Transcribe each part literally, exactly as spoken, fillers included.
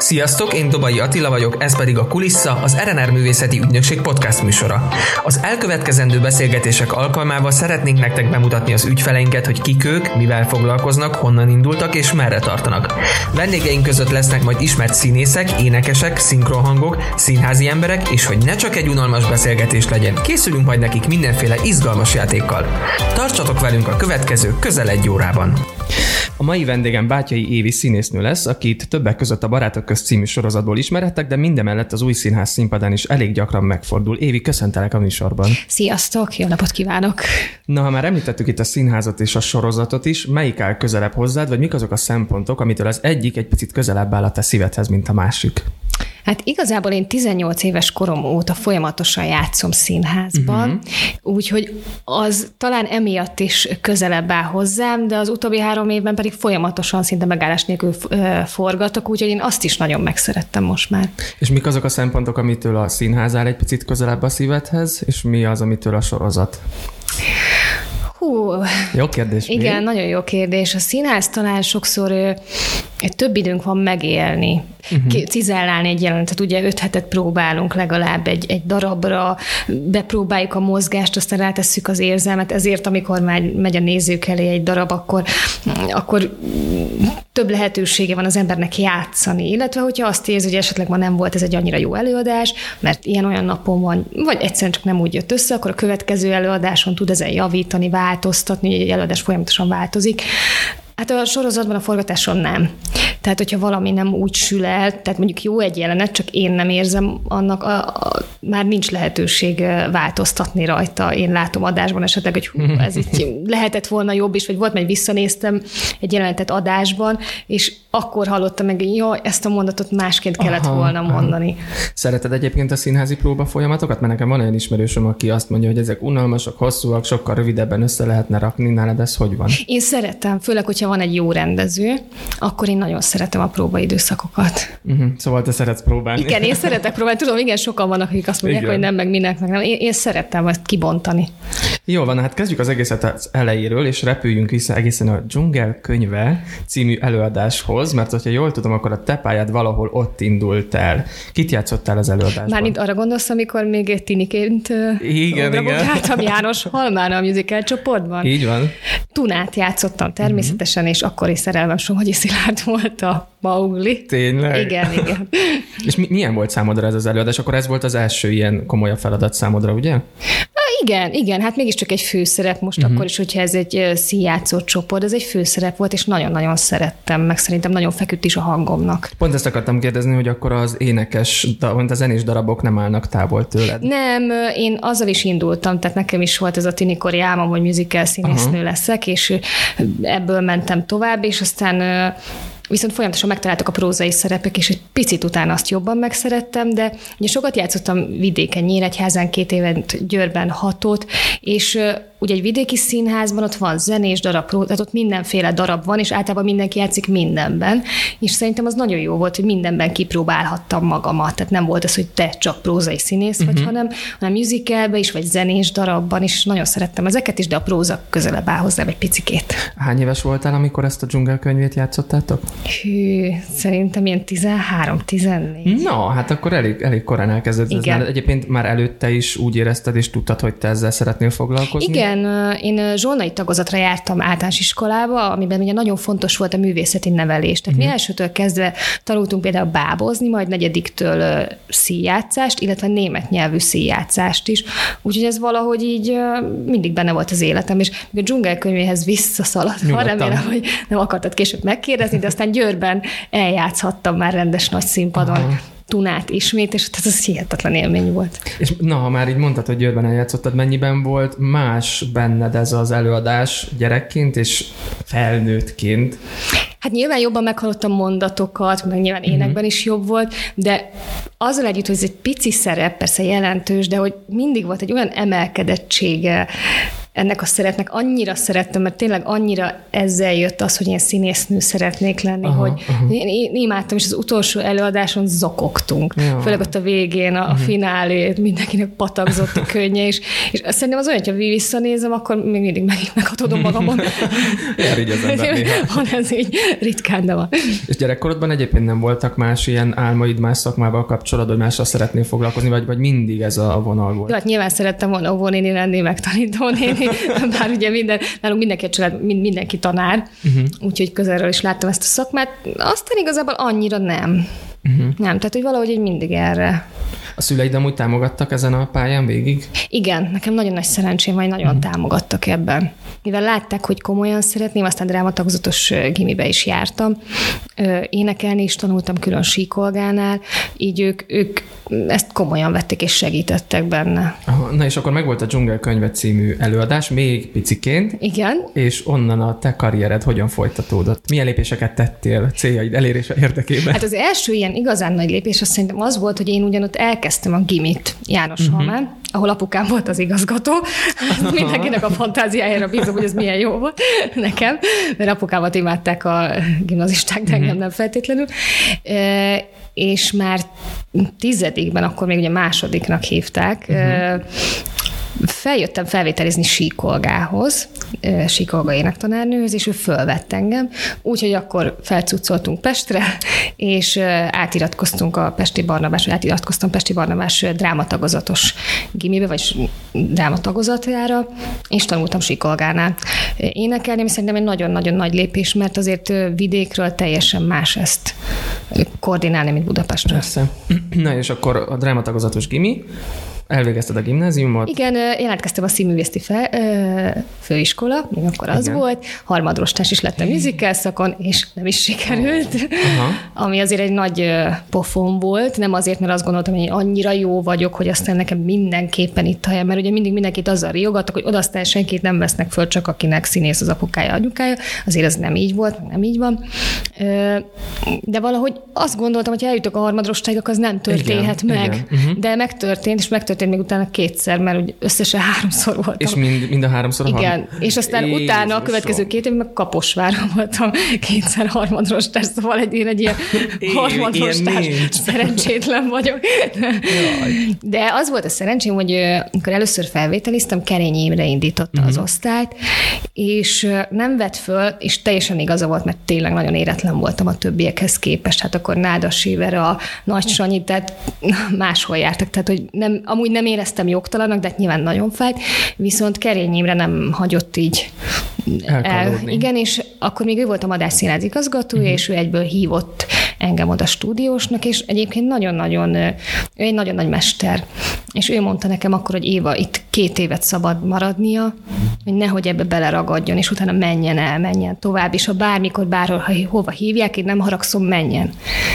Sziasztok, én Dobai Attila vagyok, ez pedig a Kulissza, az er en er Művészeti Ügynökség podcast műsora. Az elkövetkezendő beszélgetések alkalmával szeretnénk nektek bemutatni az ügyfeleinket, hogy kik ők, mivel foglalkoznak, honnan indultak és merre tartanak. Vendégeink között lesznek majd ismert színészek, énekesek, szinkronhangok, színházi emberek, és hogy ne csak egy unalmas beszélgetés legyen, készülünk majd nekik mindenféle izgalmas játékkal. Tartsatok velünk a következő közel egy órában. A mai vendégem Bátyai Évi színésznő lesz, akit többek között a Barátok közt című sorozatból ismerhettek, de mindemellett az Új Színház színpadán is elég gyakran megfordul. Évi, köszöntelek a műsorban. Sziasztok, jó napot kívánok! Na, ha már említettük itt a színházat és a sorozatot is, melyik áll közelebb hozzád, vagy mik azok a szempontok, amitől az egyik egy picit közelebb áll a te szívedhez, mint a másik? Hát igazából én tizennyolc éves korom óta folyamatosan játszom színházban, uh-huh. úgyhogy az talán emiatt is közelebb áll hozzám, de az utóbbi három évben pedig folyamatosan szinte megállás nélkül forgatok, úgyhogy én azt is nagyon megszerettem most már. És mik azok a szempontok, amitől a színház áll egy picit közelebb a szívedhez, és mi az, amitől a sorozat? Hú, jó kérdés. Igen, mi? Nagyon jó kérdés. A színház talán sokszor ö, több időnk van megélni, uh-huh. cizellálni egy jelenetet. Ugye öt hetet próbálunk legalább egy, egy darabra, bepróbáljuk a mozgást, aztán rátesszük az érzelmet, ezért amikor már megy a nézők elé egy darab, akkor, akkor több lehetősége van az embernek játszani, illetve hogyha azt érzi, hogy esetleg ma nem volt ez egy annyira jó előadás, mert ilyen-olyan napon van, vagy egyszerűen csak nem úgy jött össze, akkor a következő előadáson tud ezen javítani, változtatni, egy előadás folyamatosan változik. Hát a sorozatban, a forgatáson nem. Tehát, hogyha valami nem úgy sül el, tehát mondjuk jó egy jelenet, csak én nem érzem, annak a, a, már nincs lehetőség változtatni rajta. Én látom adásban esetleg, hogy hú, ez így lehetett volna jobb is, vagy volt, mert visszanéztem egy jelenetet adásban, és akkor hallottam meg, hogy jó, ezt a mondatot másként kellett aha, volna mondani. Aha. Szereted egyébként a színházi próba folyamatokat? Mert nekem van olyan ismerősöm, aki azt mondja, hogy ezek unalmasak, hosszúak, sokkal rövidebben össze lehetne rakni. Nálad ez hogy van? Én szeretem, főleg, hogyha van egy jó rendező, akkor én nagyon szeretem a próbaidőszakokat. Uh-huh. Szóval te szeretsz próbálni. Igen, én szeretek próbálni. Tudom, igen, sokan vannak, akik azt mondják, igen. hogy nem, meg minek, meg nem. Én, én szeretem ezt kibontani. Jó van, hát kezdjük az egészet az elejéről, és repüljünk vissza egészen a Dzsungel könyve című előadáshoz, mert hogyha jól tudom, akkor a te pályád valahol ott indult el. Kit játszottál az előadásban? Mármint arra gondolsz, amikor még tiniként igen, igen. jártam János Halmán a musical csoportban? Így van. Tunát játszottam természetesen, uh-huh. és akkori szerelmem Sohagyi Szilárd volt a Maugli. Tényleg? Igen, igen. És mi, milyen volt számodra ez az előadás? Akkor ez volt az első ilyen komolyabb feladat számodra, ugye? Na, igen, igen, hát mégiscsak egy főszerep most uh-huh. akkor is, hogyha ez egy színjátszó csoport, ez egy főszerep volt, és nagyon-nagyon szerettem, meg szerintem nagyon feküdt is a hangomnak. Pont ezt akartam kérdezni, hogy akkor az énekes, a zenés darabok nem állnak távol tőled. Nem, én azzal is indultam, tehát nekem is volt ez a tinikori álmom, hogy musical színésznő uh-huh. leszek, és ebből mentem tovább, és aztán viszont folyamatosan megtaláltak a prózai szerepek, és egy picit utána azt jobban megszerettem, de ugye sokat játszottam vidéken, Nyíregyházán, két évet Győrben hatot, és ugye egy vidéki színházban ott van zenés darab, tehát ott mindenféle darab van, és általában mindenki játszik mindenben, és szerintem az nagyon jó volt, hogy mindenben kipróbálhattam magamat, tehát nem volt az, hogy te csak prózai színész vagy, uh-huh. hanem, hanem musicalben is, vagy zenés darabban is, nagyon szerettem ezeket is, de a próza közelebb áll hozzám egy picikét. Hány éves voltál, amikor ezt a Dzsungel könyvét játszottátok? Hű, szerintem ilyen tizenhárom tizennégy. Na, hát akkor elég, elég korán elkezdett. Igen. Egyébként már előtte is úgy érezted, és tudtad, hogy te ezzel szeretnél foglalkozni? Igen, én zsolnai tagozatra jártam általános iskolába, amiben ugye nagyon fontos volt a művészeti nevelés. Tehát uh-huh. mi elsőtől kezdve tanultunk például bábozni, majd negyediktől színjátszást, illetve német nyelvű színjátszást is. Úgyhogy ez valahogy így mindig benne volt az életem, és a Dzsungel könyvéhez visszaszaladva, remélem, hogy nem akartad később megkérdezni, de aztán Győrben eljátszhattam már rendes nagy színpadon. Aha. Tunát ismét, és ez az hihetetlen élmény volt. És na, ha már így mondtad, hogy Győrben eljátszottad, mennyiben volt más benned ez az előadás gyerekként és felnőttként? Hát nyilván jobban meghallottam mondatokat, meg nyilván énekben mm-hmm. is jobb volt, de azzal együtt, hogy ez egy pici szerep, persze jelentős, de hogy mindig volt egy olyan emelkedettsége ennek a szeretnek annyira szerettem, mert tényleg annyira ezzel jött az, hogy ilyen színésznő szeretnék lenni, aha, hogy aha. Én, én imádtam, és az utolsó előadáson zokogtunk. Ja. Főleg ott a végén, a, uh-huh. a finálét, mindenkinek patakzott a könnye, és, és szerintem az olyan, hogyha visszanézem, akkor még mindig megint meghatodom magamon. Jár így az ember néha. Van ez így ritkán, de van. És gyerekkorodban egyébként nem voltak más ilyen álmaid más szakmával kapcsolatban, hogy mással szeretnél foglalkozni, vagy, vagy mindig ez a vonal volt? Jó, hát nyilván szerettem volna óvónéni lenni, meg tanítónéni, bár ugye minden, nálunk mindenki a család, mindenki tanár, uh-huh. úgyhogy közelről is láttam ezt a szakmát. Aztán igazából annyira nem. Uh-huh. Nem, tehát hogy valahogy így mindig erre. A szüleid amúgy támogattak ezen a pályán végig? Igen, nekem nagyon nagy szerencsém, vagy nagyon uh-huh. támogattak ebben. Mivel látták, hogy komolyan szeretném, aztán drámatagozatos gimibe is jártam. Énekelni is tanultam külön síkolgánál, így ők, ők ezt komolyan vették és segítettek benne. Aha, na és akkor megvolt a Dzsungel könyve című előadás, még piciként. Igen. És onnan a te karriered hogyan folytatódott? Milyen lépéseket tettél céljaid elérése érdekében? Hát az első ilyen igazán nagy lépés azt szerintem az volt, hogy én ugyanott elkezdtem a gimit Jánoshalmán, uh-huh. ahol apukám volt az igazgató. Mindenkinek a fantáziájára bízom, hogy ez milyen jó volt nekem, mert apukámat imádták a gimnazisták, de engem nem feltétlenül. E, és már tizedikben, akkor még ugye másodiknak hívták, uh-huh. feljöttem felvételizni síkolgához, síkolga énektanárnőhöz, és ő fölvett engem, úgyhogy akkor felcuccoltunk Pestre, és átiratkoztunk a Pesti Barnabás, vagy átiratkoztam Pesti Barnabás drámatagozatos gimibe, vagy drámatagozatára, és tanultam síkolgánál énekelni, ami szerintem egy nagyon-nagyon nagy lépés, mert azért vidékről teljesen más ezt koordinálni, mint Budapestről. Persze. Na és akkor a drámatagozatos gimi, elvégezted a gimnáziumot? Igen, jelentkeztem a színművészeti fe, főiskola, még akkor az Igen. volt, harmadrostás is lettem musical szakon, és nem is sikerült, uh-huh. ami azért egy nagy pofon volt, nem azért, mert azt gondoltam, hogy annyira jó vagyok, hogy aztán nekem mindenképpen itt a helyem, mert ugye mindig mindenkit azzal riogattak, hogy oda aztán senkit nem vesznek föl, csak akinek színész az apukája, anyukája, azért ez nem így volt, nem így van. De valahogy azt gondoltam, hogy ha eljutok a harmadrostáig, az nem történhet Igen, meg, Igen. Uh-huh. de megtörtént, és megtörtént még utána kétszer, mert úgy összesen háromszor voltam. És mind, mind a háromszor a Igen, har- és aztán Jézus utána a következő két évben meg Kaposváron voltam kétszer harmadrostás, szóval egy, én egy ilyen harmadrostás szerencsétlen vagyok. De az volt a szerencsém, hogy amikor először felvételiztem, Kerényi Imre indította uh-huh. az osztályt, és nem vett föl, és teljesen igaza volt, mert tényleg nagyon éretlen voltam a többiekhez képest. Hát akkor Nádas Ivera, Nagy Sanyi, tehát máshol jártak, tehát hogy nem, amúgy nem éreztem jogtalannak, de nyilván nagyon fájt, viszont Kerényi Imre nem hagyott így el. Igen, és akkor még ő volt a Madách Színház igazgatója, uh-huh. és ő egyből hívott engem oda stúdiósnak, és egyébként nagyon-nagyon, ő egy nagyon nagy mester. És ő mondta nekem akkor, hogy Éva, itt két évet szabad maradnia, hogy nehogy ebbe beleragadjon, és utána menjen el, menjen tovább, és ha bármikor, bárhol, ha hova hívják, én nem haragszom, menjen.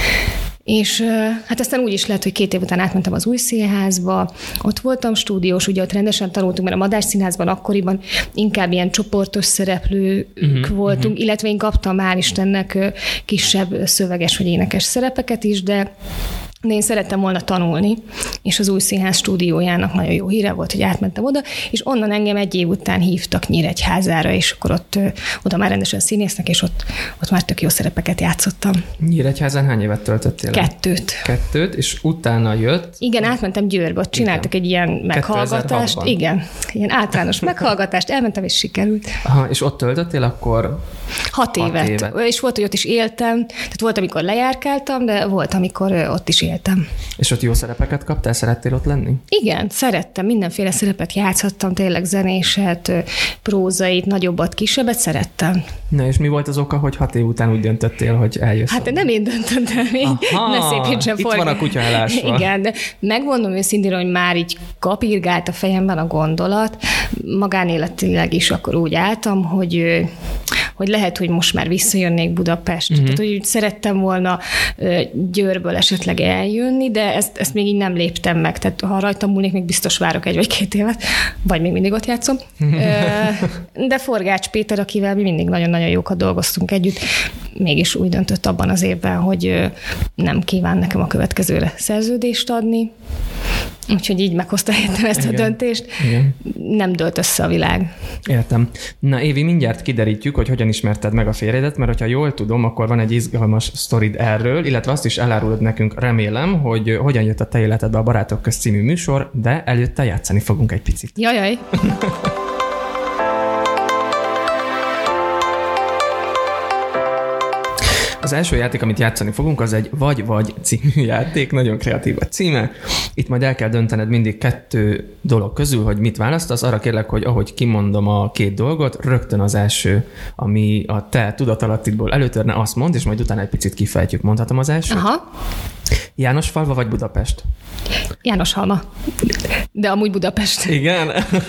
És hát aztán úgy is lett, hogy két év után átmentem az Új Színházba, ott voltam stúdiós, ugye ott rendesen tanultunk, mert a Madách Színházban akkoriban inkább ilyen csoportos szereplők uh-huh, voltunk, uh-huh. illetve én kaptam hál' Istennek kisebb szöveges vagy énekes szerepeket is, de de én szerettem volna tanulni, és az Új Színház stúdiójának nagyon jó híre volt, hogy átmentem oda, és onnan engem egy év után hívtak Nyíregyházára, és akkor ott oda már rendesen színésznek, és ott, ott már tök jó szerepeket játszottam. Nyíregyházán hány évet töltöttél? Kettőt. Kettőt, és utána jött? Igen, átmentem Győrbe, ott csináltak Igen. egy ilyen meghallgatást. Igen, ilyen általános meghallgatást, elmentem, és sikerült. Aha, és ott töltöttél akkor? Hat évet. Hat évet. És volt, hogy ott is éltem, tehát volt, amikor lejárkáltam, de volt, amikor ott is éltem. És ott jó szerepeket kaptál? Szerettél ott lenni? Igen, szerettem. Mindenféle szerepet játszhattam, tényleg zenéset, prózait, nagyobbat, kisebbet szerettem. Na és mi volt az oka, hogy hat év után úgy döntöttél, hogy eljössz? Hát nem én döntöttem, még ne szépítsen itt van a kutya elásva. Igen, de megmondom őszintén, hogy már így kapirgált a fejemben a gondolat, magánéletileg is akkor úgy álltam, hogy hogy lehet, hogy most már visszajönnék Budapestre. Uh-huh. Tehát, hogy szerettem volna Győrből esetleg eljönni, de ezt, ezt még így nem léptem meg. Tehát ha rajtam múlnék, még biztos várok egy vagy két évet, vagy még mindig ott játszom. De Forgács Péter, akivel mi mindig nagyon-nagyon jókat dolgoztunk együtt, mégis úgy döntött abban az évben, hogy nem kíván nekem a következőre szerződést adni. Úgyhogy így meghozta értem ezt Igen. a döntést. Igen. Nem dőlt össze a világ. Értem. Na, Évi, mindjárt kiderítjük, hogy hogyan ismerted meg a férjedet, mert hogyha jól tudom, akkor van egy izgalmas sztorid erről, illetve azt is elárulod nekünk, remélem, hogy hogyan jött a te életedbe a Barátok közt című műsor, de előtte játszani fogunk egy picit. Jajaj! Az első játék, amit játszani fogunk, az egy Vagy-Vagy című játék, nagyon kreatív a címe. Itt majd el kell döntened mindig kettő dolog közül, hogy mit választasz. Arra kérlek, hogy ahogy kimondom a két dolgot, rögtön az első, ami a te tudatalattidból előtörne, azt mondd, és majd utána egy picit kifejtjük. Mondhatom az elsőt? Aha. Jánosfalva vagy Budapest? Jánoshalma. De amúgy Budapest. Igen?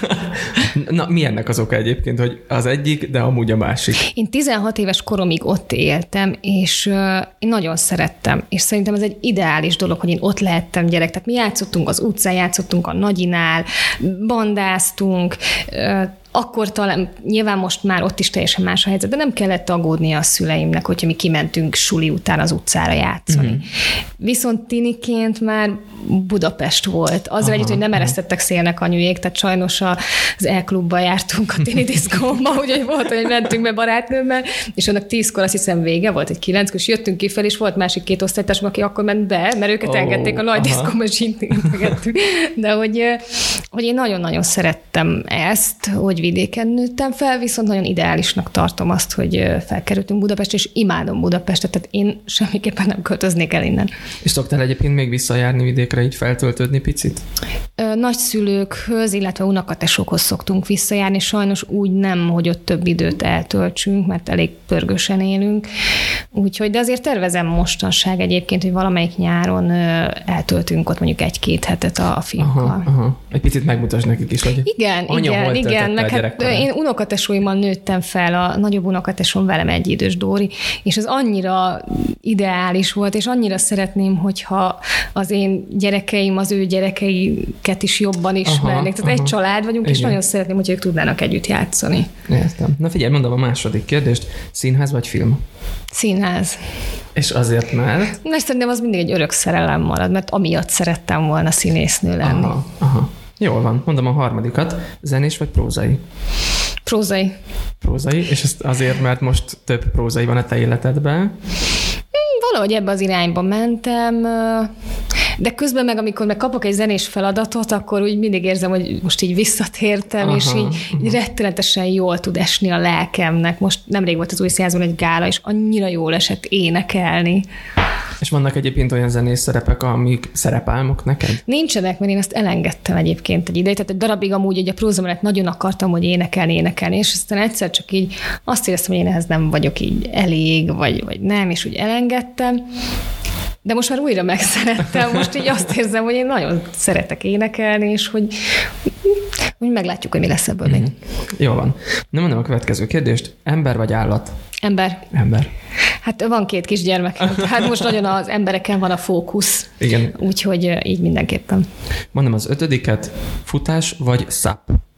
Na, mi ennek az oka egyébként, hogy az egyik, de amúgy a másik? Én tizenhat éves koromig ott éltem, és uh, én nagyon szerettem, és szerintem ez egy ideális dolog, hogy én ott lehettem gyerek. Tehát mi játszottunk az utcán, játszottunk a Nagyinál, bandáztunk, uh, akkor talán, nyilván most már ott is teljesen más a helyzet, de nem kellett aggódnia a szüleimnek, hogyha mi kimentünk suli után az utcára játszani. Uh-huh. Viszont tiniként már Budapest volt. Azzal együtt, hogy nem eresztettek szélnek anyujék, tehát sajnos az E-klubba jártunk a tini diszkóba, úgyhogy volt, hogy mentünk be barátnőmmel, és annak tízkor azt hiszem vége volt, egy kilenckor, és jöttünk ki fel, és volt másik két osztálytársam, aki akkor ment be, mert őket oh, engedték a nagy diszkóba, és integettünk. De hogy, hogy én nagyon-nagyon szerettem ezt, hogy vidéken nőttem fel, viszont nagyon ideálisnak tartom azt, hogy felkerültünk Budapestre, és imádom Budapestet, tehát én semmiképpen nem költöznék el innen. És szoktál egyébként még visszajárni vidékre, így feltöltődni picit? Nagyszülőkhöz, illetve unokatesókhoz szoktunk visszajárni, sajnos úgy nem, hogy ott több időt eltöltsünk, mert elég pörgősen élünk. Úgyhogy, de azért tervezem mostanság egyébként, hogy valamelyik nyáron eltöltünk ott mondjuk egy-két hetet a fiúkkal. Aha, aha. Egy picit megmutasd nekik is, hogy igen, anya, igen, igen, meg hát én unokatesóimmal nőttem fel, a nagyobb unokatesom velem egy idős Dóri, és ez annyira ideális volt, és annyira szeretném, hogyha az én gyerekeim, az ő gyerekeiket is jobban ismernék. Tehát aha. egy család vagyunk, igen. És nagyon szeretném, hogy ők tudnának együtt játszani. Értem. Na figyelj, mondom a második kérdést. Színház vagy film? Színház. És azért már? Mert szerintem az mindig egy örök szerelem marad, mert amiatt szerettem volna színésznő lenni. Aha, aha. Jól van. Mondom a harmadikat. Zenés vagy prózai? Prózai. Prózai, és ezt azért, mert most több prózai van a te életedben? Valahogy ebbe az irányba mentem, de közben meg, amikor meg kapok egy zenés feladatot, akkor úgy mindig érzem, hogy most így visszatértem, aha, és így, így rettenetesen jól tud esni a lelkemnek. Most nemrég volt az új színházban egy gála, és annyira jól esett énekelni. És vannak egyébként olyan zenész szerepek, amik szerepálmok neked? Nincsenek, mert én ezt elengedtem egyébként egy ideig. Tehát egy darabig amúgy, hogy a próza mellett nagyon akartam, hogy énekelni, énekelni, és aztán egyszer csak így azt éreztem, hogy én ehhez nem vagyok így elég, vagy, vagy nem, és úgy elengedtem. De most már újra megszerettem, most így azt érzem, hogy én nagyon szeretek énekelni, és hogy, hogy meglátjuk, hogy mi lesz ebből még. Mm-hmm. Jó van. Nem mondom a következő kérdést. Ember vagy állat? Ember. Ember. Hát van két kisgyermek. Hát most nagyon az embereken van a fókusz. Igen. Úgyhogy így mindenképpen. Mondom az ötödiket. Futás vagy száp?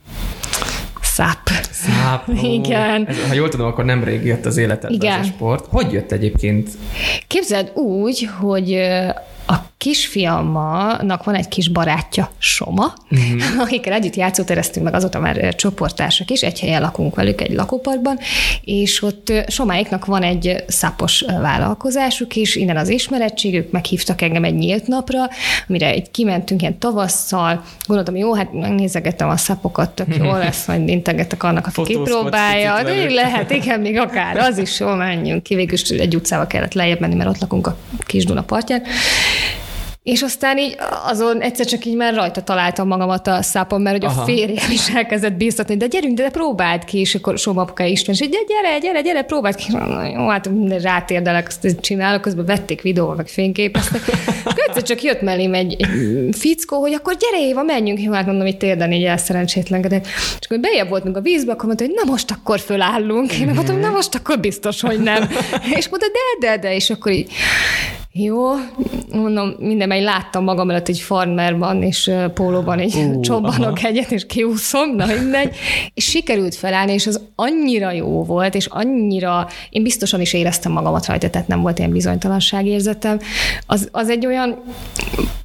Száp. Száp. Ó, igen. Ez, ha jól tudom, akkor nemrég jött az életedbe ez a sport. Hogy jött egyébként? Képzeld úgy, hogy a kisfiamnak van egy kis barátja, Soma, uh-huh. akikkel együtt játszótereztünk, meg azóta már csoporttársak is, egy helyen lakunk velük egy lakóparkban, és ott Somáiknak van egy szápos vállalkozásuk is, innen az ismerettségük, meghívtak engem egy nyílt napra, amire egy kimentünk ilyen tavasszal, gondoltam, jó, hát megnézegettem a szápokat, tök jó lesz, majd integetek annak, aki kipróbálja, de lehet, igen, még akár, az is jó, menjünk ki, végül egy utcába kellett lejjebb menni, mert ott lakunk a Kis Duna partján. És aztán így azon egyszer csak így már rajta találtam magamat a szápon, mert hogy aha. a férjem is elkezdett bíztatni, de gyerünk, de próbáld ki, és akkor Soma apukája István, és gyere, gyere, gyere, próbáld ki. Jó, hát minden rátérdelek, azt csinálok, közben vették videóval, meg fényképeztek. Egyszer csak jött mellém egy, egy fickó, hogy akkor gyere Éva, menjünk. Jó, hát mondom, hogy térden így elszerencsétlenkedek. És akkor bejebb voltunk a vízbe, akkor mondta, hogy na most akkor fölállunk. Én mondtam, na most akkor biztos, hogy nem. És mondta, de, de, de, és akkor így jó, mondom, minden, mert láttam magam előtt egy farmerban, és pólóban egy uh, csobbanok egyet, és kiúszom, na mindegy, és sikerült felállni, és az annyira jó volt, és annyira, én biztosan is éreztem magamat rajta, tehát nem volt ilyen bizonytalanságérzetem. Az, az egy olyan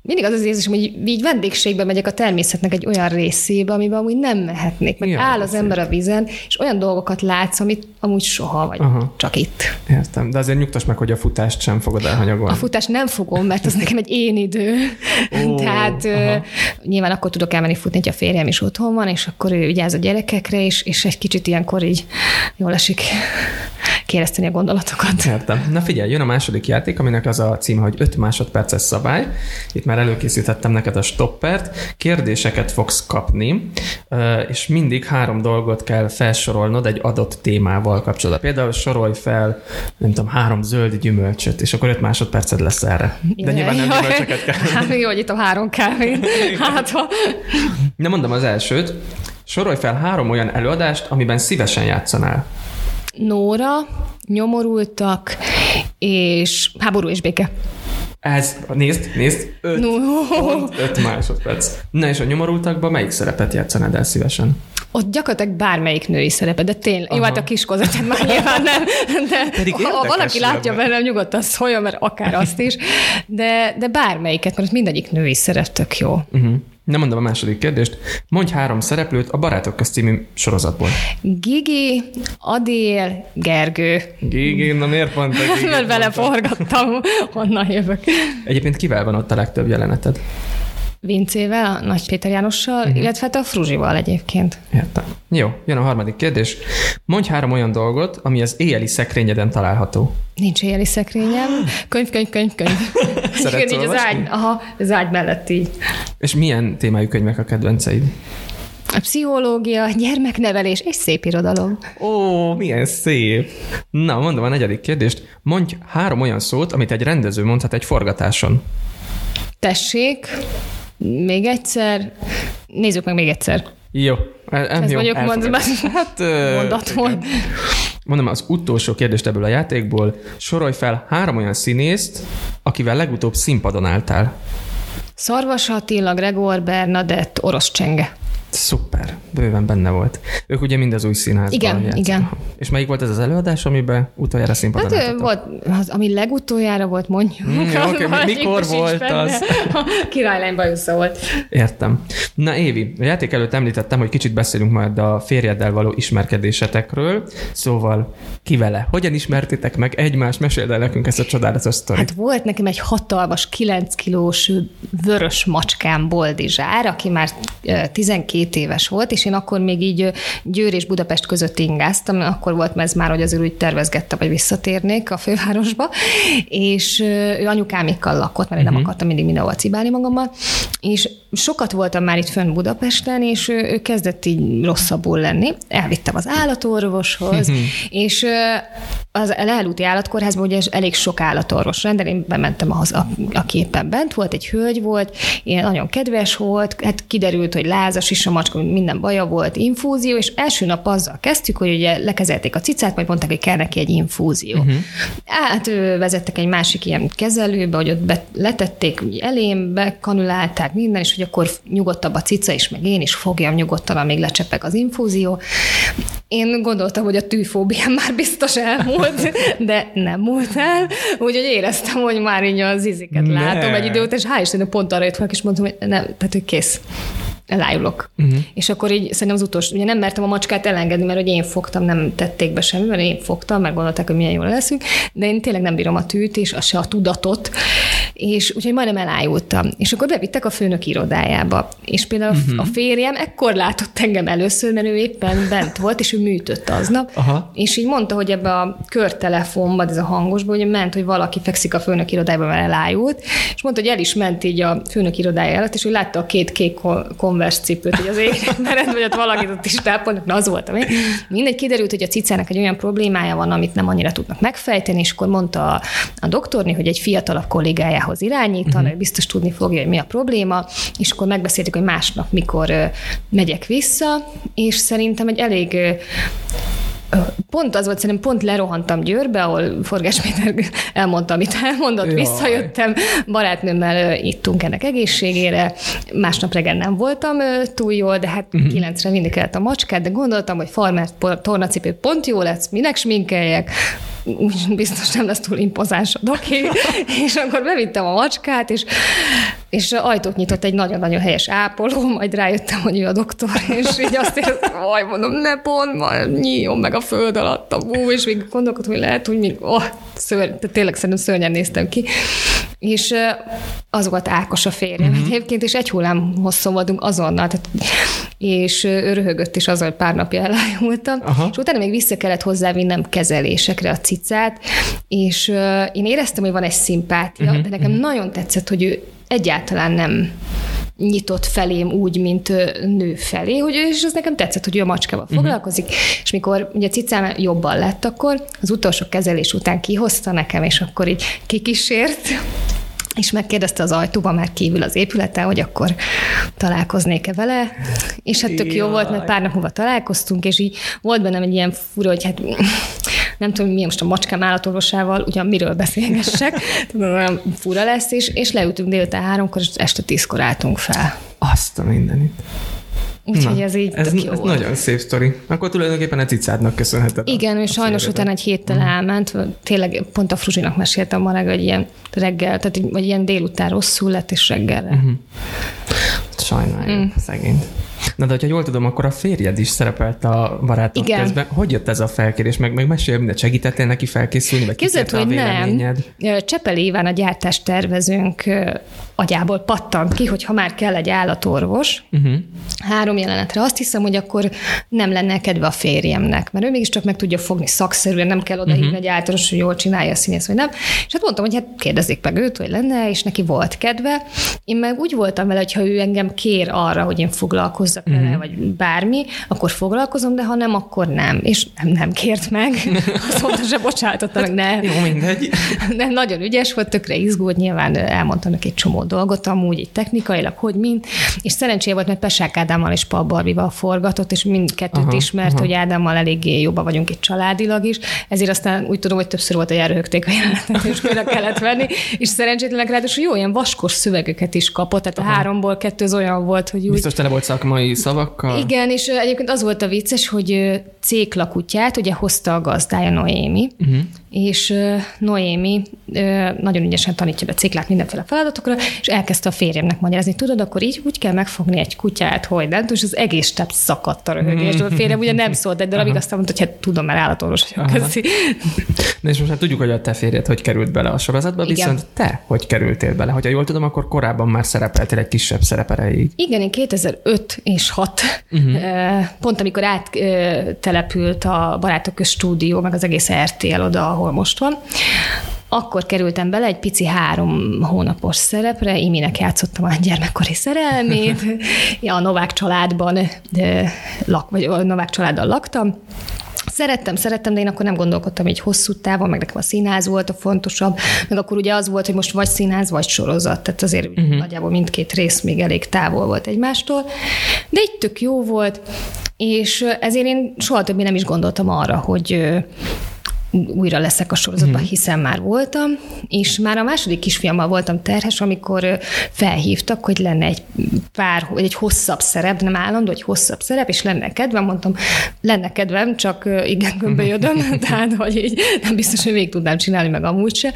mindig az az érzésem, hogy így vendégségbe megyek a természetnek egy olyan részébe, amiben amúgy nem mehetnék. Meg ja, áll az ember a vízen, és olyan dolgokat látsz, amit amúgy soha, vagy Aha. csak itt. Értem, de azért nyugtass meg, hogy a futást sem fogod elhanyagolni. A futást nem fogom, mert az nekem egy én idő. Oh, Tehát uh, nyilván akkor tudok elmenni futni, hogy a férjem is otthon van, és akkor ő vigyáz a gyerekekre, és, és egy kicsit ilyenkor így jól esik kéreszteni a gondolatokat. Értem. Na figyelj, jön a második játék, aminek az a címe, hogy öt másodperces szabály. Itt már előkészítettem neked a stoppert. Kérdéseket fogsz kapni, és mindig három dolgot kell felsorolnod egy adott témával kapcsolatban. Például sorolj fel, nem tudom, három zöld gyümölcsöt, és akkor öt másodperced lesz erre. De jaj, nyilván nem jaj. gyümölcsöket kell. Hát még jó, hogy itt a három kávét. Hát, ha... Na mondom az elsőt. Sorolj fel három olyan előadást, amiben szívesen játszanál. Nóra, Nyomorultak, és Háború és béke. Ez, nézd, nézd, öt, no. pont, öt másodperc. Na és a Nyomorultakban melyik szerepet játszanád el szívesen? Ott gyakorlatilag bármelyik női szerepe, de tényleg, jó, hát a Kiskozatát már nyilván nem, de ha valaki látja bennem, nyugodtan szóljon, mert akár azt is, de, de bármelyiket, mert mindegyik női szerep tök jó. Uh-huh. Nem mondom a második kérdést. Mondj három szereplőt a Barátok közt című sorozatból. Gigi, Adél, Gergő. Gigi, na miért pont a Gigi? Mert beleforgattam, honnan jövök. Egyébként kivel van ott a legtöbb jeleneted? Vincével, a Nagy Péter Jánossal, uh-huh. illetve hát a Fruzsival egyébként. Értem. Jó, jön a harmadik kérdés. Mondj három olyan dolgot, ami az éjjeli szekrényeden található. Nincs éjjeli szekrényem. Könyv, könyv, könyv, könyv. Szeretsz így az ágy, aha, az ágy mellett így. És milyen témájú könyvek a kedvenceid? A pszichológia, gyermeknevelés és szép irodalom. Ó, milyen szép. Na, mondom a negyedik kérdést. Mondj három olyan szót, amit egy rendező mondhat egy forgatáson. Tessék, még egyszer, nézzük meg még egyszer. Jó. El, Ez jó, mondjuk mond, hát, mondat volt. Mondom, az utolsó kérdést ebből a játékból. Sorolj fel három olyan színészt, akivel legutóbb színpadon álltál. Szarvas Attila, Gregor Bernadett, Orosz Csenge. Szuper, bőven benne volt. Ők ugye mind az új színházban Igen, játszanak. igen. És melyik volt ez az előadás, amiben utoljára színpadon hát volt, az, ami legutoljára volt, mondjuk. Mm, Oké, okay, mikor volt az? Királylány bajusza volt. Értem. Na Évi, a játék előtt említettem, hogy kicsit beszélünk majd a férjeddel való ismerkedésetekről, szóval ki vele? Hogyan ismertétek meg egymást? Meséld el nekünk ezt a csodálatos sztorit. Hát volt nekem egy hatalmas kilenc kilós vörös macskám Boldizsár, aki már tizenkét éves volt, és én akkor még így Győr és Budapest között ingáztam, akkor volt ez már, hogy azért úgy tervezgettem, hogy visszatérnék a fővárosba, és ő anyukámékkal lakott, mert én nem akartam mindig mindenhol cibálni magammal, és sokat voltam már itt fönn Budapesten, és ő, ő kezdett így rosszabbul lenni. Elvittem az állatorvoshoz, és az leelúti állatkórházban ugye elég sok állatorvos rendel, én bementem ahhoz, aki éppen bent volt, egy hölgy volt, ilyen nagyon kedves volt, hát kiderült, hogy lázas is a macska, minden baja volt, infúzió, és első nap azzal kezdtük, hogy ugye lekezelték a cicát, majd mondták, hogy kell neki egy infúzió. Uh-huh. Hát vezettek egy másik ilyen kezelőbe, hogy ott be, letették elém, bekanulálták minden, és hogy akkor nyugodtabb a cica is, meg én is fogjam nyugodtan, amíg lecsepeg az infúzió. Én gondoltam, hogy a tűfóbiám már biztos elmúlt, de nem múlt el, úgyhogy éreztem, hogy már így az iziket ne. látom egy idő után, és hál' Istennek pont arra jöttem, és mondtam, hogy nem, tehát hogy kész. Elájulok. Uh-huh. És akkor így szerintem az utolsó, ugye nem mertem a macskát elengedni, mert hogy én fogtam, nem tették be semmi, mert én fogtam, meg gondolták, hogy milyen jól leszünk, de én tényleg nem bírom a tűt, és se a tudatot, és úgyhogy majdnem elájultam. És akkor bevittek a főnök irodájába. És például uh-huh. a férjem ekkor látott engem először, mert ő éppen bent volt, és ő műtött aznap, Aha. és így mondta, hogy ebbe a körtelefonban, ez a hangosban, hogy ment, hogy valaki fekszik a főnök irodájában, mert elájult, és mondta, hogy el is ment így a főnök irodája előtt, és hogy látta a két kék Converse cipőt, hogy az égnek mered, vagy ott valakit ott is tápolnak, na az volt a még. Mindegy, kiderült, hogy a cicának egy olyan problémája van, amit nem annyira tudnak megfejteni, és akkor mondta a, a doktorni, hogy egy fiatalabb kollégájához irányítani, uh-huh. biztos tudni fogja, hogy mi a probléma, és akkor megbeszéltük, hogy másnap mikor uh, megyek vissza, és szerintem egy elég uh, Pont az volt, szerintem pont lerohantam Győrbe, ahol Forgás Péter elmondta, amit elmondott, Jaj. visszajöttem, barátnőmmel ittunk ennek egészségére, másnap reggel nem voltam túl jól, de hát uh-huh. kilencre mindig kellett a macskát, de gondoltam, hogy farmer tornacipő pont jó lesz, minek sminkeljek, úgy biztos nem lesz túl impozáns a doki, és akkor bevittem a macskát, és és ajtót nyitott egy nagyon-nagyon helyes ápoló, majd rájöttem, hogy ő a doktor, és így azt éreztem, hogy mondom, ne pont, majd nyíljon meg a föld alatt a bú, és még gondolkodtam, hogy lehet, hogy még, oh, szörny, tényleg szerintem szörnyen néztem ki. És az volt Ákos a férjem mm-hmm. egyébként, és egy hullám hosszon voltunk azonnal, tehát, és ő röhögött is azon, hogy pár napja elájultam, Aha. és utána még vissza kellett hozzávinnem kezelésekre a cicát, és uh, én éreztem, hogy van egy szimpátia, mm-hmm. de nekem nagyon tetszett, hogy ő egyáltalán nem nyitott felém úgy, mint nő felé, hogy, és az nekem tetszett, hogy ő a macskával uh-huh. foglalkozik, és mikor ugye a cicám jobban lett, akkor az utolsó kezelés után kihozta nekem, és akkor így kikísért, és megkérdezte az ajtóban már kívül az épületen, hogy akkor találkoznék-e vele, és hát tök jó volt, mert pár nap múlva találkoztunk, és így volt bennem egy ilyen fura, hogy hát nem tudom, milyen most a macskám állatorvosával, ugyan miről beszélgessek, olyan fura lesz, és, és leültünk délután háromkor, és este tízkor álltunk fel. Azt a mindenit. Úgyhogy ez így ez, tök jó ez volt. Nagyon szép sztori. Akkor tulajdonképpen a cicádnak köszönheted. Igen, és sajnos utána egy héttel mm. elment. Tényleg pont a Fruzsinak meséltem ma reggel, hogy ilyen reggel, tehát vagy ilyen délután rosszul lett, és reggelre. Mm-hmm. Sajnálom, mm. szegényt. Na de, hogyha jól tudom, akkor a férjed is szerepelt a Barátok közben. Hogy jött ez a felkérés? Meg, meg mesélj, mindent segítettél neki felkészülni, vagy képzeld, hogy a véleményed? Nem. Csepeli Iván, a gyártástervezőnk agyából pattant ki, hogy ha már kell egy állatorvos, uh-huh. három jelenetre, azt hiszem, hogy akkor nem lenne kedve a férjemnek, mert ő mégiscsak meg tudja fogni szakszerűen, nem kell odahívni uh-huh. egy állatorvos, hogy jól csinálja a színész, vagy nem. És hát mondtam, hogy hát kérdezzék meg őt, hogy lenne, és neki volt kedve. Én meg úgy voltam vele, hogy ha ő engem kér arra, hogy én foglalkozzak uh-huh. vele, vagy bármi, akkor foglalkozom, de ha nem, akkor nem. És nem, nem kért meg. Azt mondta, se bocsátotta meg, nem. Jó, mindegy. Nem, nagyon ügyes volt, tökre izgult, nyilván elmondtam neki egy csomó dolgot, amúgy így technikailag, hogy mind. És szerencséje volt, mert Pesák Ádámmal és Pal Barbival forgatott, és mindkettőt aha, ismert, aha. hogy Ádámmal eléggé jobban vagyunk itt családilag is. Ezért aztán úgy tudom, hogy többször volt, hogy elröhögték a jelenetet, és külön kellett venni. És szerencsétlenek ráadásul jó, ilyen vaskos szövegeket is kapott, tehát aha. a háromból kettő az olyan volt, hogy úgy... Biztos tele volt szakmai szavakkal. Igen, és egyébként az volt a vicces, hogy Cékla kutyát ugye hozta a gazdája Noémi, uh-huh. és Noémi nagyon ügyesen tanítja be Céklát mindenféle feladatokra, és elkezdte a férjemnek magyarázni, tudod, akkor így úgy kell megfogni egy kutyát, hogy nem, és az egész táp szakadt a röhögés. A férjem ugye nem szólt egy darabig, aztán mondta, hogy hát tudom, mert állatorvos vagyok. Köszi. Na és most már tudjuk, hogy a te férjed hogy került bele a sorozatba, igen. Viszont te hogy kerültél bele? Hogyha jól tudom, akkor korábban már szerepeltél egy kisebb szerep erejéig. Igen, én kétezer-öt és hat, uh-huh. pont amikor áttelepült a Barátok Köz stúdió, meg az egész er té el oda, ahol most van, akkor kerültem bele egy pici három hónapos szerepre, Iminek játszottam a gyermekkori szerelmét, a Novák családban, lak, vagy a Novák családdal laktam. Szerettem, szerettem, de én akkor nem gondolkodtam így hosszú távon, meg nekem a színház volt a fontosabb, meg akkor ugye az volt, hogy most vagy színház, vagy sorozat, tehát azért uh-huh. nagyjából mindkét rész még elég távol volt egymástól, de így tök jó volt, és ezért én soha többé nem is gondoltam arra, hogy újra leszek a sorozatban, uh-huh. hiszen már voltam, és már a második kisfiammal voltam terhes, amikor felhívtak, hogy lenne egy pár, vagy egy hosszabb szerep, nem állandó, egy hosszabb szerep, és lenne kedvem, mondtam, lenne kedvem, csak igen, gömbölyödöm, tehát, hogy így nem biztos, hogy végig tudnám csinálni, meg amúgy se.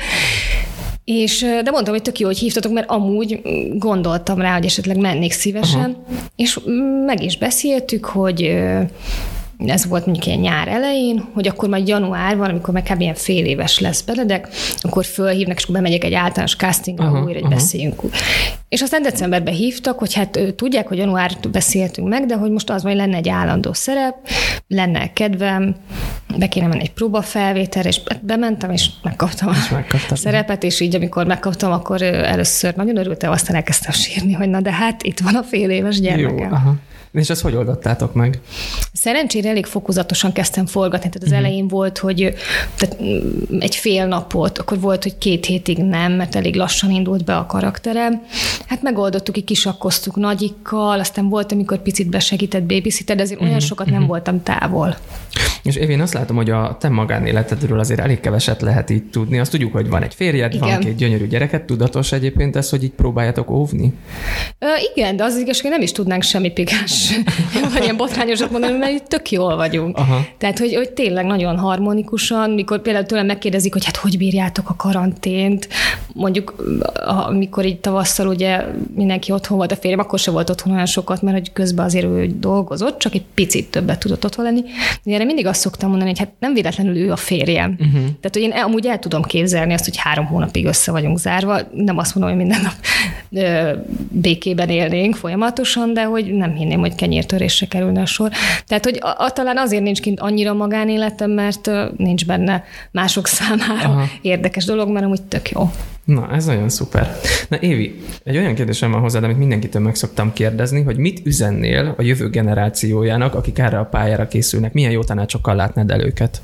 És, de mondtam, hogy tök jó, hogy hívtatok, mert amúgy gondoltam rá, hogy esetleg mennék szívesen, uh-huh. és meg is beszéltük, hogy ez volt mondjuk ilyen nyár elején, hogy akkor majd januárban, amikor meg kb. Ilyen fél éves lesz Benedek, akkor fölhívnak, és akkor bemegyek egy általános castingra, uh-huh, újra, hogy uh-huh. beszéljünk. És aztán decemberben hívtak, hogy hát tudják, hogy januárt beszéltünk meg, de hogy most az majd lenne egy állandó szerep, lenne kedvem, be kéne menni egy próbafelvételre, és bementem, és megkaptam és a szerepet, és így amikor megkaptam, akkor először nagyon örültem, aztán elkezdtem sírni, hogy na de hát itt van a fél éves gyermekem. Jó, aha. És ezt hogy oldottátok meg? Szerencsére elég fokozatosan kezdtem forgatni, tehát az uh-huh. elején volt, hogy tehát egy fél napot, akkor volt, hogy két hétig nem, mert elég lassan indult be a karakterem. Hát megoldottuk, így kisakkoztuk Nagyikkal, aztán volt, amikor picit besegített babysitter, de azért uh-huh. olyan sokat uh-huh. nem voltam távol. És Évi, én azt látom, hogy a te magánéletedről azért elég keveset lehet így tudni. Azt tudjuk, hogy van egy férjed, igen. van két gyönyörű gyereket, tudatos egyébként ez, hogy így próbáljátok óvni? Ö, igen, de az igaz, hogy nem is tudnánk semmi pikáns, vagy ilyen botrányosat mondani, mert itt tök jól vagyunk. Aha. Tehát, hogy, hogy tényleg nagyon harmonikusan, mikor például tőlem megkérdezik, hogy hát hogy bírjátok a karantént, mondjuk amikor így tavasszal ugye mindenki otthon volt, a férjem akkor se volt otthon olyan sokat, mert hogy közben azért ő dolgozott, csak egy picit többet tudott otthon lenni. De erre mindig azt szoktam mondani, hogy hát nem véletlenül ő a férjem. Uh-huh. Tehát, hogy én amúgy el tudom képzelni azt, hogy három hónapig össze vagyunk zárva. Nem azt mondom, hogy minden nap ö, békében élnénk folyamatosan, de hogy nem hinném, hogy kenyértörésre kerülne a sor. Tehát, hogy a, a, talán azért nincs kint annyira magánéletem, mert ö, nincs benne mások számára Aha. érdekes dolog, mert amúgy tök jó. Na, ez nagyon szuper. Na Évi, egy olyan kérdésem van hozzád, amit mindenkitől meg szoktam kérdezni, hogy mit üzennél a jövő generációjának, akik erre a pályára készülnek? Milyen jó tanácsokkal látnád el őket?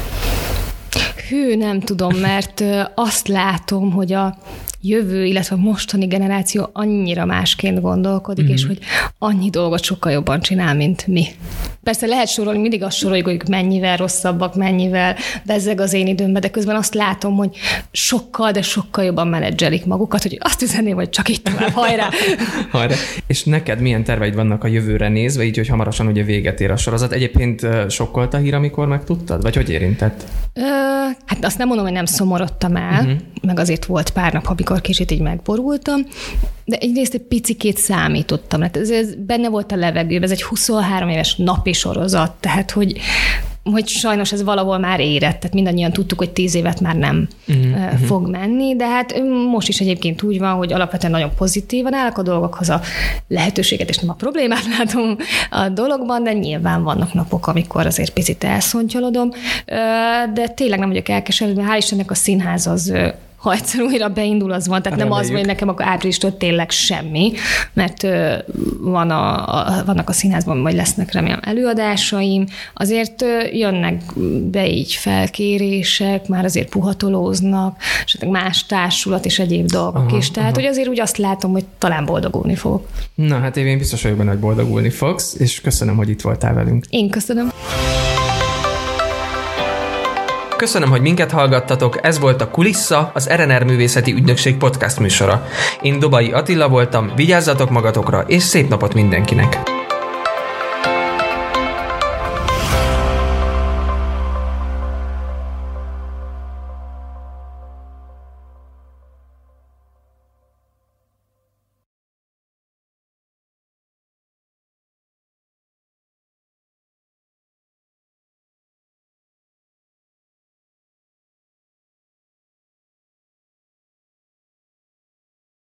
Hű, nem tudom, mert azt látom, hogy a jövő, illetve a mostani generáció annyira másként gondolkodik, mm-hmm. és hogy annyi dolgot sokkal jobban csinál, mint mi. Persze lehet sorolni, mindig azt soroljuk, hogy mennyivel rosszabbak, mennyivel bezzeg az én időmben, de közben azt látom, hogy sokkal, de sokkal jobban menedzselik magukat, hogy azt üzenném, hogy csak itt tovább, hajrá! hajrá! És neked milyen terveid vannak a jövőre nézve, így, hogy hamarosan ugye véget ér a sorozat? Egyébként sokkolt a hír, amikor megtudtad? Vagy hogy érintett? Ö, hát azt nem mondom, hogy nem szomorodtam el, uh-huh. meg azért volt pár nap, amikor kicsit így megborultam, de egyrészt egy picikét számítottam. Hát ez, ez benne volt a levegőben, ez egy huszonhárom éves napi sorozat, tehát hogy, hogy sajnos ez valahol már érett, tehát mindannyian tudtuk, hogy tíz évet már nem uh-huh. fog menni, de hát most is egyébként úgy van, hogy alapvetően nagyon pozitívan állok a dolgokhoz, a lehetőséget és nem a problémát látom a dologban, de nyilván vannak napok, amikor azért picit elszontyolodom, de tényleg nem vagyok elkeseredve, hál' Istennek a színház az ha egyszer újra beindul, az van. Tehát Reméljük. Nem az, hogy nekem akkor áprilistól tényleg semmi, mert van a, a, vannak a színházban, vagy lesznek remélem előadásaim. Azért jönnek be így felkérések, már azért puhatolóznak, esetleg más társulat és egyéb dolgok aha, is. Tehát, aha. hogy azért úgy azt látom, hogy talán boldogulni fogok. Na, hát én biztos vagyok benne, hogy boldogulni fogsz, és köszönöm, hogy itt voltál velünk. Én köszönöm. Köszönöm, hogy minket hallgattatok, ez volt a Kulissza, az er en er Művészeti Ügynökség podcast műsora. Én Dobai Attila voltam, vigyázzatok magatokra, és szép napot mindenkinek!